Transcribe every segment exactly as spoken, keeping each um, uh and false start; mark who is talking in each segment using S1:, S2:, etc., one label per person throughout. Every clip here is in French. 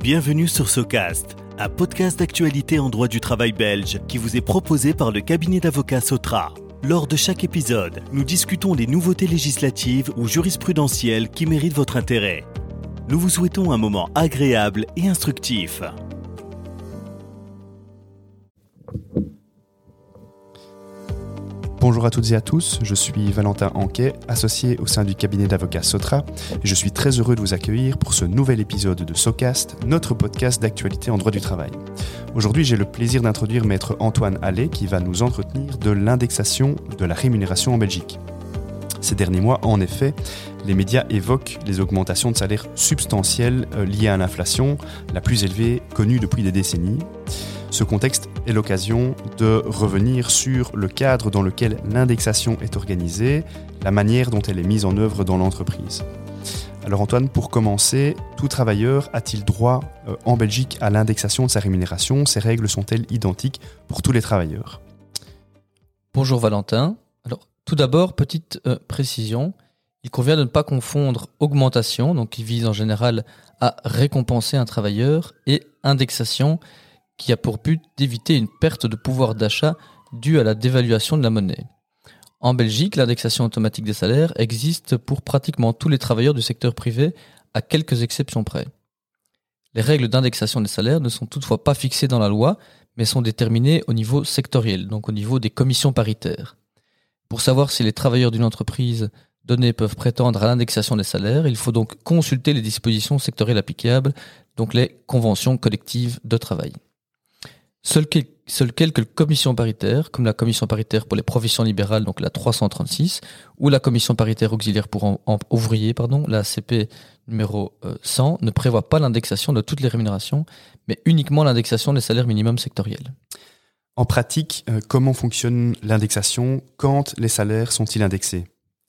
S1: Bienvenue sur Socast, un podcast d'actualité en droit du travail belge qui vous est proposé par le cabinet d'avocats Sotra. Lors de chaque épisode, nous discutons des nouveautés législatives ou jurisprudentielles qui méritent votre intérêt. Nous vous souhaitons un moment agréable et instructif.
S2: Bonjour à toutes et à tous, je suis Valentin Anquet, associé au sein du cabinet d'avocats Sotra, et je suis très heureux de vous accueillir pour ce nouvel épisode de Socast, notre podcast d'actualité en droit du travail. Aujourd'hui, j'ai le plaisir d'introduire maître Antoine Allais qui va nous entretenir de l'indexation de la rémunération en Belgique. Ces derniers mois, en effet, les médias évoquent les augmentations de salaires substantielles liées à l'inflation, la plus élevée connue depuis des décennies. Ce contexte est l'occasion de revenir sur le cadre dans lequel l'indexation est organisée, la manière dont elle est mise en œuvre dans l'entreprise. Alors Antoine, pour commencer, tout travailleur a-t-il droit euh, en Belgique à l'indexation de sa rémunération ? Ces règles sont-elles identiques pour tous les travailleurs ?
S3: Bonjour Valentin. Alors tout d'abord, petite euh, précision, il convient de ne pas confondre augmentation, donc qui vise en général à récompenser un travailleur, et indexation, qui a pour but d'éviter une perte de pouvoir d'achat due à la dévaluation de la monnaie. En Belgique, l'indexation automatique des salaires existe pour pratiquement tous les travailleurs du secteur privé, à quelques exceptions près. Les règles d'indexation des salaires ne sont toutefois pas fixées dans la loi, mais sont déterminées au niveau sectoriel, donc au niveau des commissions paritaires. Pour savoir si les travailleurs d'une entreprise donnée peuvent prétendre à l'indexation des salaires, il faut donc consulter les dispositions sectorielles applicables, donc les conventions collectives de travail. Seules, quel- seules quelques commissions paritaires, comme la commission paritaire pour les professions libérales, donc la trois cent trente-six, ou la commission paritaire auxiliaire pour en, en, ouvriers, pardon, la C P numéro euh, cent, ne prévoient pas l'indexation de toutes les rémunérations, mais uniquement l'indexation des salaires minimums sectoriels.
S2: En pratique, euh, comment fonctionne l'indexation ? Quand les salaires sont-ils indexés ?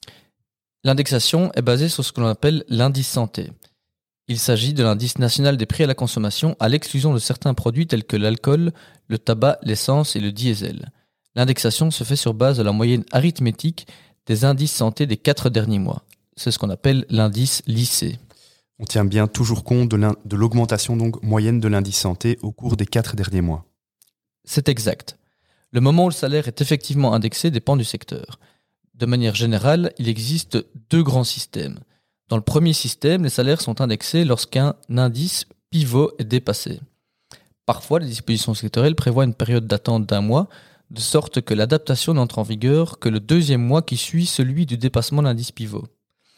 S3: L'indexation est basée sur ce que l'on appelle l'indice santé. Il s'agit de l'indice national des prix à la consommation à l'exclusion de certains produits tels que l'alcool, le tabac, l'essence et le diesel. L'indexation se fait sur base de la moyenne arithmétique des indices santé des quatre derniers mois. C'est ce qu'on appelle l'indice L I C E.
S2: On tient bien toujours compte de, l'in- de l'augmentation donc moyenne de l'indice santé au cours des quatre derniers mois.
S3: C'est exact. Le moment où le salaire est effectivement indexé dépend du secteur. De manière générale, il existe deux grands systèmes. Dans le premier système, les salaires sont indexés lorsqu'un indice pivot est dépassé. Parfois, les dispositions sectorielles prévoient une période d'attente d'un mois, de sorte que l'adaptation n'entre en vigueur que le deuxième mois qui suit celui du dépassement de l'indice pivot.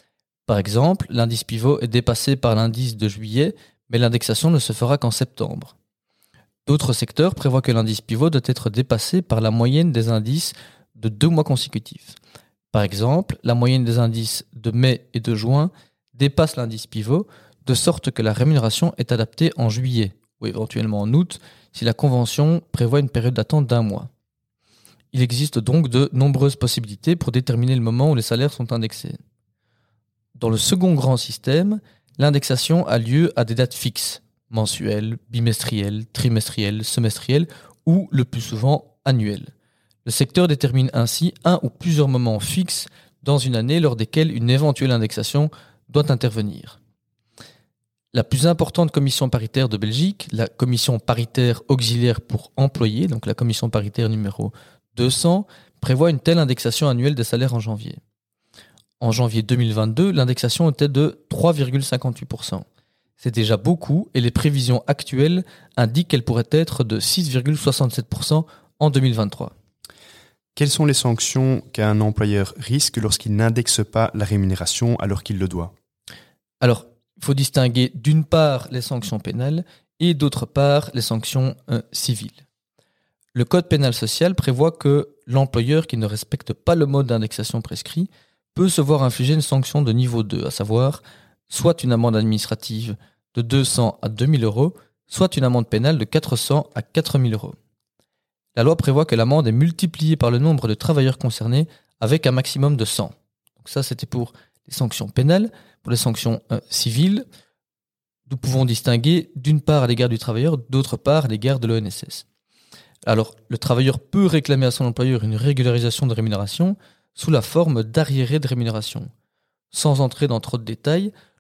S3: Par exemple, l'indice pivot est dépassé par l'indice de juillet, mais l'indexation ne se fera qu'en septembre. D'autres secteurs prévoient que l'indice pivot doit être dépassé par la moyenne des indices de deux mois consécutifs. Par exemple, la moyenne des indices de mai et de juin dépasse l'indice pivot, de sorte que la rémunération est adaptée en juillet, ou éventuellement en août, si la convention prévoit une période d'attente d'un mois. Il existe donc de nombreuses possibilités pour déterminer le moment où les salaires sont indexés. Dans le second grand système, l'indexation a lieu à des dates fixes, mensuelles, bimestrielles, trimestrielles, semestrielles ou, le plus souvent, annuelles. Le secteur détermine ainsi un ou plusieurs moments fixes dans une année lors desquels une éventuelle indexation doit intervenir. La plus importante commission paritaire de Belgique, la commission paritaire auxiliaire pour employés, donc la commission paritaire numéro deux cents, prévoit une telle indexation annuelle des salaires en janvier. En janvier deux mille vingt-deux, l'indexation était de trois virgule cinquante-huit pour cent. C'est déjà beaucoup et les prévisions actuelles indiquent qu'elle pourrait être de six virgule soixante-sept pour cent en deux mille vingt-trois.
S2: Quelles sont les sanctions qu'un employeur risque lorsqu'il n'indexe pas la rémunération alors qu'il le doit ?
S3: Alors, il faut distinguer d'une part les sanctions pénales et d'autre part les sanctions euh, civiles. Le code pénal social prévoit que l'employeur qui ne respecte pas le mode d'indexation prescrit peut se voir infliger une sanction de niveau deux, à savoir soit une amende administrative de deux cents à deux mille euros, soit une amende pénale de quatre cents à quatre mille euros. La loi prévoit que l'amende est multipliée par le nombre de travailleurs concernés avec un maximum de cent. Donc ça, c'était pour les sanctions pénales. Pour les sanctions euh, civiles, nous pouvons distinguer d'une part à l'égard du travailleur, d'autre part à l'égard de l'O N S S. Alors, le travailleur peut réclamer à son employeur une régularisation de rémunération sous la forme d'arriérés de rémunération. Sans entrer dans trop de détails,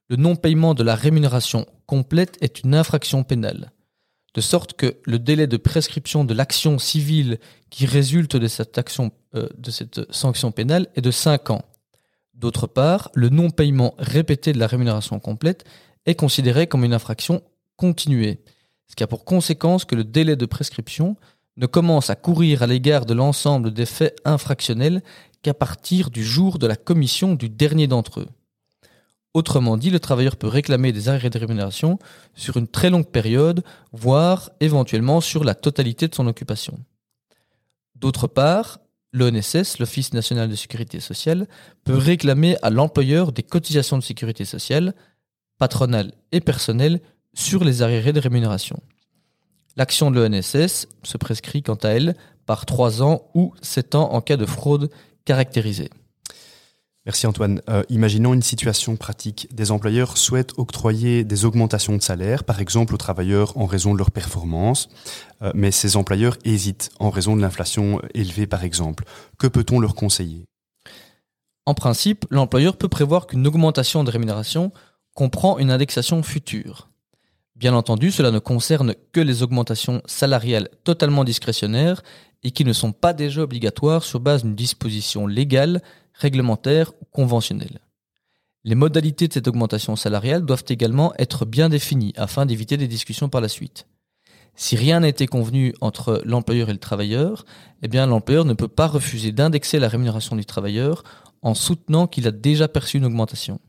S3: le non-paiement de la rémunération complète est une infraction pénale, de sorte que le délai de prescription de l'action civile qui résulte de cette, action, euh, de cette sanction pénale est de cinq ans. D'autre part, le non-paiement répété de la rémunération complète est considéré comme une infraction continuée, ce qui a pour conséquence que le délai de prescription ne commence à courir à l'égard de l'ensemble des faits infractionnels qu'à partir du jour de la commission du dernier d'entre eux. Autrement dit, le travailleur peut réclamer des arrêts de rémunération sur une très longue période, voire éventuellement sur la totalité de son occupation. D'autre part, l'O N S S, l'Office national de sécurité sociale, peut réclamer à l'employeur des cotisations de sécurité sociale, patronales et personnelles, sur les arriérés de rémunération. L'action de l'O N S S se prescrit quant à elle par trois ans ou sept ans en cas de fraude caractérisée.
S2: Merci Antoine. Euh, imaginons une situation pratique. Des employeurs souhaitent octroyer des augmentations de salaire, par exemple aux travailleurs en raison de leur performance, euh, mais ces employeurs hésitent en raison de l'inflation élevée par exemple. Que peut-on leur conseiller ?
S3: En principe, l'employeur peut prévoir qu'une augmentation de rémunération comprend une indexation future. Bien entendu, cela ne concerne que les augmentations salariales totalement discrétionnaires et qui ne sont pas déjà obligatoires sur base d'une disposition légale, réglementaire ou conventionnelle. Les modalités de cette augmentation salariale doivent également être bien définies afin d'éviter des discussions par la suite. Si rien n'a été convenu entre l'employeur et le travailleur, eh bien l'employeur ne peut pas refuser d'indexer la rémunération du travailleur en soutenant qu'il a déjà perçu une augmentation.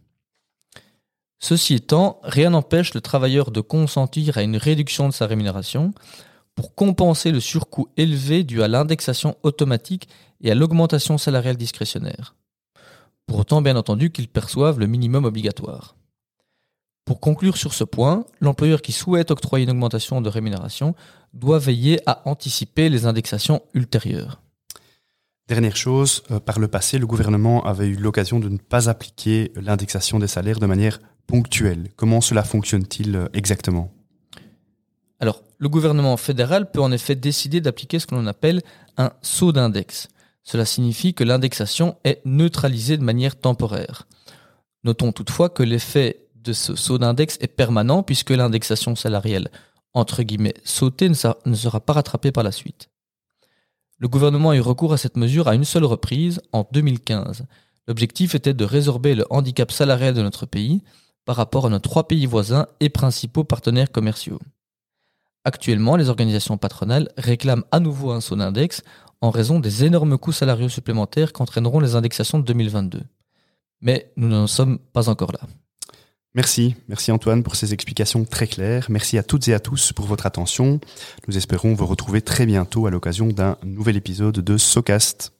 S3: Ceci étant, rien n'empêche le travailleur de consentir à une réduction de sa rémunération pour compenser le surcoût élevé dû à l'indexation automatique et à l'augmentation salariale discrétionnaire. Pour autant, bien entendu, qu'ils perçoivent le minimum obligatoire. Pour conclure sur ce point, l'employeur qui souhaite octroyer une augmentation de rémunération doit veiller à anticiper les indexations ultérieures.
S2: Dernière chose, euh, par le passé, le gouvernement avait eu l'occasion de ne pas appliquer l'indexation des salaires de manière ponctuelle. Comment cela fonctionne-t-il euh, exactement ?
S3: Alors, le gouvernement fédéral peut en effet décider d'appliquer ce que l'on appelle un saut d'index. Cela signifie que l'indexation est neutralisée de manière temporaire. Notons toutefois que l'effet de ce saut d'index est permanent puisque l'indexation salariale, entre guillemets, sautée ne sera pas rattrapée par la suite. Le gouvernement a eu recours à cette mesure à une seule reprise, en deux mille quinze. L'objectif était de résorber le handicap salarial de notre pays par rapport à nos trois pays voisins et principaux partenaires commerciaux. Actuellement, les organisations patronales réclament à nouveau un saut d'index en raison des énormes coûts salariaux supplémentaires qu'entraîneront les indexations de deux mille vingt-deux. Mais nous n'en sommes pas encore là.
S2: Merci, merci Antoine pour ces explications très claires. Merci à toutes et à tous pour votre attention. Nous espérons vous retrouver très bientôt à l'occasion d'un nouvel épisode de SoCast.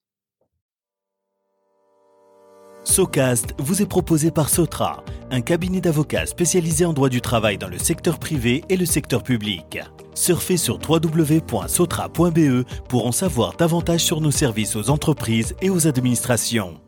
S1: SoCast vous est proposé par Sotra, un cabinet d'avocats spécialisé en droit du travail dans le secteur privé et le secteur public. Surfez sur w w w point sotra point b e pour en savoir davantage sur nos services aux entreprises et aux administrations.